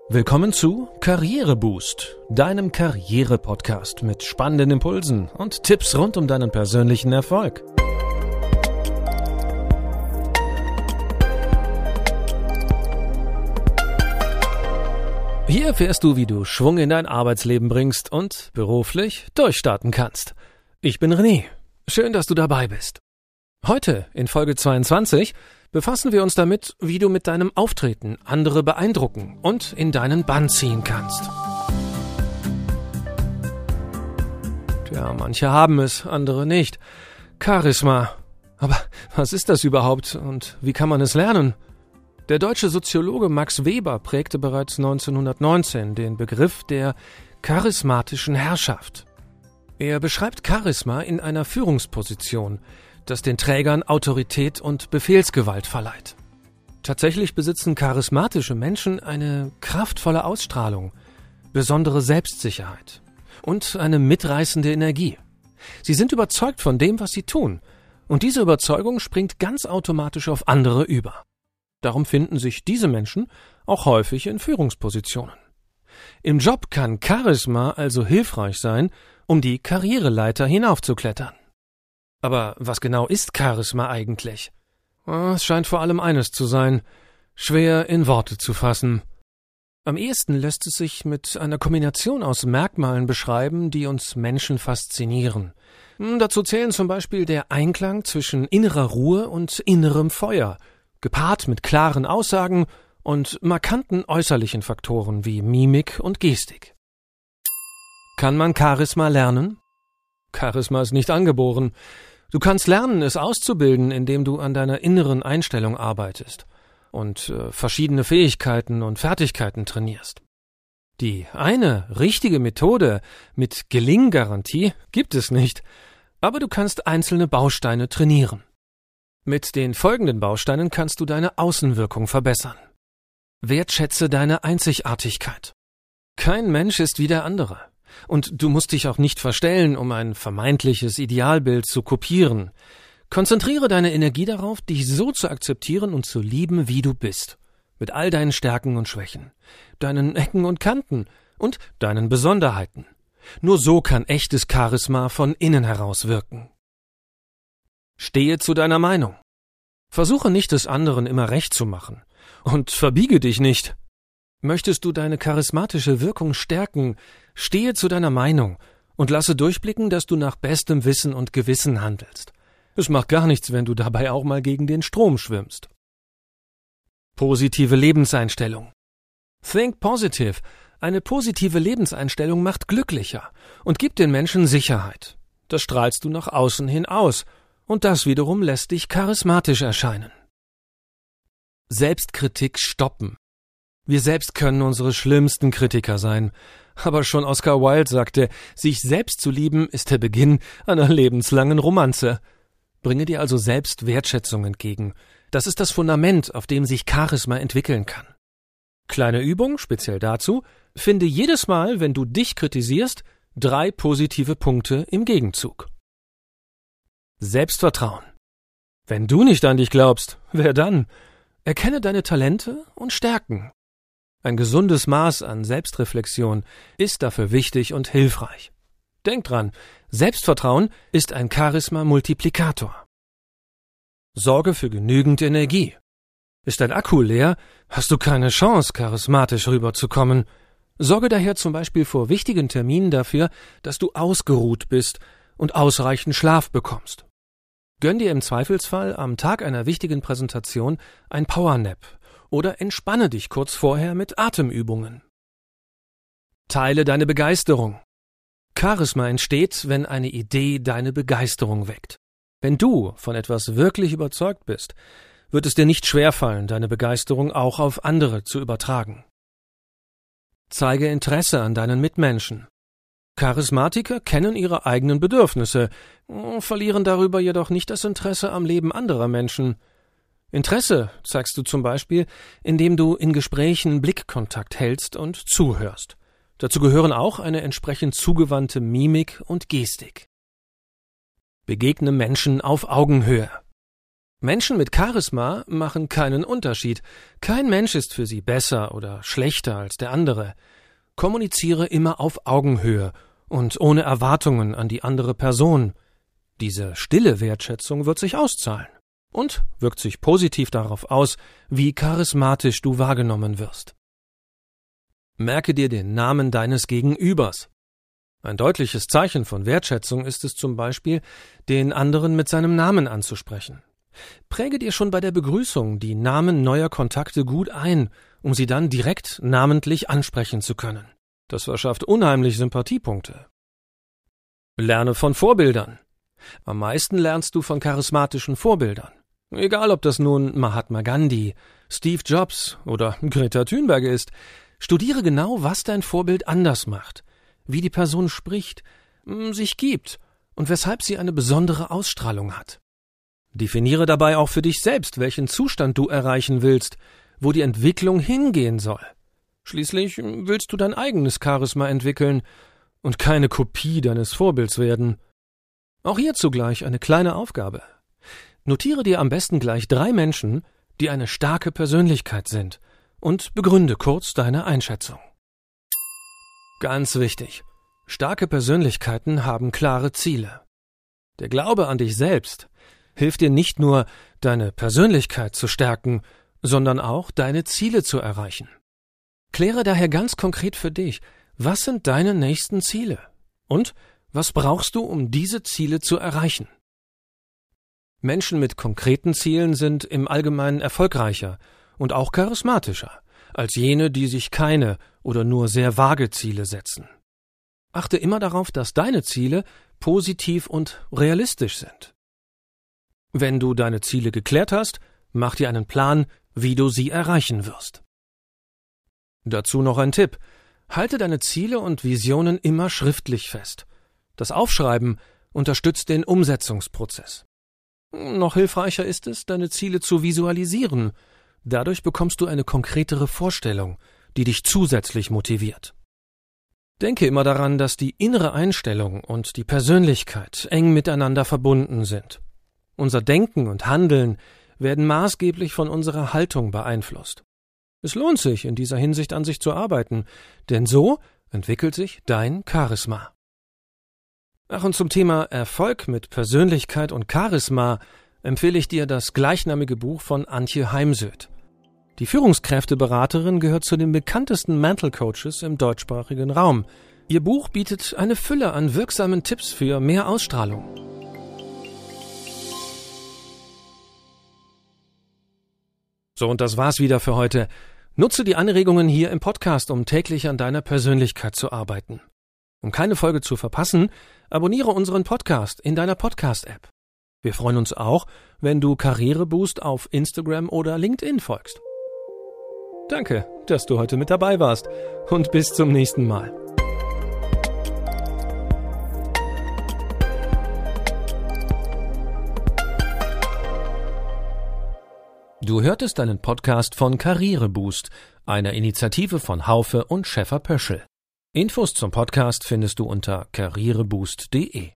Willkommen zu Karriereboost, deinem Karriere-Podcast mit spannenden Impulsen und Tipps rund um deinen persönlichen Erfolg. Hier erfährst du, wie du Schwung in dein Arbeitsleben bringst und beruflich durchstarten kannst. Ich bin René. Schön, dass du dabei bist. Heute, in Folge 22, befassen wir uns damit, wie du mit deinem Auftreten andere beeindrucken und in deinen Bann ziehen kannst. Tja, manche haben es, andere nicht. Charisma. Aber was ist das überhaupt und wie kann man es lernen? Der deutsche Soziologe Max Weber prägte bereits 1919 den Begriff der charismatischen Herrschaft. Er beschreibt Charisma in einer Führungsposition, das den Trägern Autorität und Befehlsgewalt verleiht. Tatsächlich besitzen charismatische Menschen eine kraftvolle Ausstrahlung, besondere Selbstsicherheit und eine mitreißende Energie. Sie sind überzeugt von dem, was sie tun, und diese Überzeugung springt ganz automatisch auf andere über. Darum finden sich diese Menschen auch häufig in Führungspositionen. Im Job kann Charisma also hilfreich sein, um die Karriereleiter hinaufzuklettern. Aber was genau ist Charisma eigentlich? Es scheint vor allem eines zu sein: schwer in Worte zu fassen. Am ehesten lässt es sich mit einer Kombination aus Merkmalen beschreiben, die uns Menschen faszinieren. Dazu zählen zum Beispiel der Einklang zwischen innerer Ruhe und innerem Feuer, gepaart mit klaren Aussagen und markanten äußerlichen Faktoren wie Mimik und Gestik. Kann man Charisma lernen? Charisma ist nicht angeboren. Du kannst lernen, es auszubilden, indem du an deiner inneren Einstellung arbeitest und verschiedene Fähigkeiten und Fertigkeiten trainierst. Die eine richtige Methode mit Gelinggarantie gibt es nicht, aber du kannst einzelne Bausteine trainieren. Mit den folgenden Bausteinen kannst du deine Außenwirkung verbessern. Wertschätze deine Einzigartigkeit. Kein Mensch ist wie der andere. Und du musst dich auch nicht verstellen, um ein vermeintliches Idealbild zu kopieren. Konzentriere deine Energie darauf, dich so zu akzeptieren und zu lieben, wie du bist. Mit all deinen Stärken und Schwächen, deinen Ecken und Kanten und deinen Besonderheiten. Nur so kann echtes Charisma von innen heraus wirken. Stehe zu deiner Meinung. Versuche nicht, es anderen immer recht zu machen. Und verbiege dich nicht. Möchtest du deine charismatische Wirkung stärken, stehe zu deiner Meinung und lasse durchblicken, dass du nach bestem Wissen und Gewissen handelst. Es macht gar nichts, wenn du dabei auch mal gegen den Strom schwimmst. Positive Lebenseinstellung. Think positive. Eine positive Lebenseinstellung macht glücklicher und gibt den Menschen Sicherheit. Das strahlst du nach außen hin aus und das wiederum lässt dich charismatisch erscheinen. Selbstkritik stoppen. Wir selbst können unsere schlimmsten Kritiker sein. Aber schon Oscar Wilde sagte, sich selbst zu lieben ist der Beginn einer lebenslangen Romanze. Bringe dir also selbst Wertschätzung entgegen. Das ist das Fundament, auf dem sich Charisma entwickeln kann. Kleine Übung, speziell dazu: finde jedes Mal, wenn du dich kritisierst, 3 positive Punkte im Gegenzug. Selbstvertrauen. Wenn du nicht an dich glaubst, wer dann? Erkenne deine Talente und Stärken. Ein gesundes Maß an Selbstreflexion ist dafür wichtig und hilfreich. Denk dran, Selbstvertrauen ist ein Charisma-Multiplikator. Sorge für genügend Energie. Ist dein Akku leer, hast du keine Chance, charismatisch rüberzukommen. Sorge daher zum Beispiel vor wichtigen Terminen dafür, dass du ausgeruht bist und ausreichend Schlaf bekommst. Gönn dir im Zweifelsfall am Tag einer wichtigen Präsentation ein Powernap oder entspanne dich kurz vorher mit Atemübungen. Teile deine Begeisterung. Charisma entsteht, wenn eine Idee deine Begeisterung weckt. Wenn du von etwas wirklich überzeugt bist, wird es dir nicht schwerfallen, deine Begeisterung auch auf andere zu übertragen. Zeige Interesse an deinen Mitmenschen. Charismatiker kennen ihre eigenen Bedürfnisse, verlieren darüber jedoch nicht das Interesse am Leben anderer Menschen. Interesse zeigst du zum Beispiel, indem du in Gesprächen Blickkontakt hältst und zuhörst. Dazu gehören auch eine entsprechend zugewandte Mimik und Gestik. Begegne Menschen auf Augenhöhe. Menschen mit Charisma machen keinen Unterschied. Kein Mensch ist für sie besser oder schlechter als der andere. Kommuniziere immer auf Augenhöhe und ohne Erwartungen an die andere Person. Diese stille Wertschätzung wird sich auszahlen und wirkt sich positiv darauf aus, wie charismatisch du wahrgenommen wirst. Merke dir den Namen deines Gegenübers. Ein deutliches Zeichen von Wertschätzung ist es zum Beispiel, den anderen mit seinem Namen anzusprechen. Präge dir schon bei der Begrüßung die Namen neuer Kontakte gut ein, um sie dann direkt namentlich ansprechen zu können. Das verschafft unheimlich Sympathiepunkte. Lerne von Vorbildern. Am meisten lernst du von charismatischen Vorbildern. Egal, ob das nun Mahatma Gandhi, Steve Jobs oder Greta Thunberg ist. Studiere genau, was dein Vorbild anders macht, wie die Person spricht, sich gibt und weshalb sie eine besondere Ausstrahlung hat. Definiere dabei auch für dich selbst, welchen Zustand du erreichen willst, wo die Entwicklung hingehen soll. Schließlich willst du dein eigenes Charisma entwickeln und keine Kopie deines Vorbilds werden. Auch hierzu gleich eine kleine Aufgabe. Notiere dir am besten gleich 3 Menschen, die eine starke Persönlichkeit sind, und begründe kurz deine Einschätzung. Ganz wichtig: Starke Persönlichkeiten haben klare Ziele. Der Glaube an dich selbst hilft dir nicht nur, deine Persönlichkeit zu stärken, sondern auch deine Ziele zu erreichen. Kläre daher ganz konkret für dich, was sind deine nächsten Ziele? Und was brauchst du, um diese Ziele zu erreichen? Menschen mit konkreten Zielen sind im Allgemeinen erfolgreicher und auch charismatischer als jene, die sich keine oder nur sehr vage Ziele setzen. Achte immer darauf, dass deine Ziele positiv und realistisch sind. Wenn du deine Ziele geklärt hast, mach dir einen Plan, wie du sie erreichen wirst. Dazu noch ein Tipp: Halte deine Ziele und Visionen immer schriftlich fest. Das Aufschreiben unterstützt den Umsetzungsprozess. Noch hilfreicher ist es, deine Ziele zu visualisieren. Dadurch bekommst du eine konkretere Vorstellung, die dich zusätzlich motiviert. Denke immer daran, dass die innere Einstellung und die Persönlichkeit eng miteinander verbunden sind. Unser Denken und Handeln werden maßgeblich von unserer Haltung beeinflusst. Es lohnt sich, in dieser Hinsicht an sich zu arbeiten, denn so entwickelt sich dein Charisma. Ach, und zum Thema Erfolg mit Persönlichkeit und Charisma empfehle ich dir das gleichnamige Buch von Antje Heimsöth. Die Führungskräfteberaterin gehört zu den bekanntesten Mental Coaches im deutschsprachigen Raum. Ihr Buch bietet eine Fülle an wirksamen Tipps für mehr Ausstrahlung. So, und das war's wieder für heute. Nutze die Anregungen hier im Podcast, um täglich an deiner Persönlichkeit zu arbeiten. Um keine Folge zu verpassen, abonniere unseren Podcast in deiner Podcast-App. Wir freuen uns auch, wenn du Karriereboost auf Instagram oder LinkedIn folgst. Danke, dass du heute mit dabei warst, und bis zum nächsten Mal. Du hörtest einen Podcast von Karriereboost, einer Initiative von Haufe und Schäfer-Pöschel. Infos zum Podcast findest du unter karriereboost.de.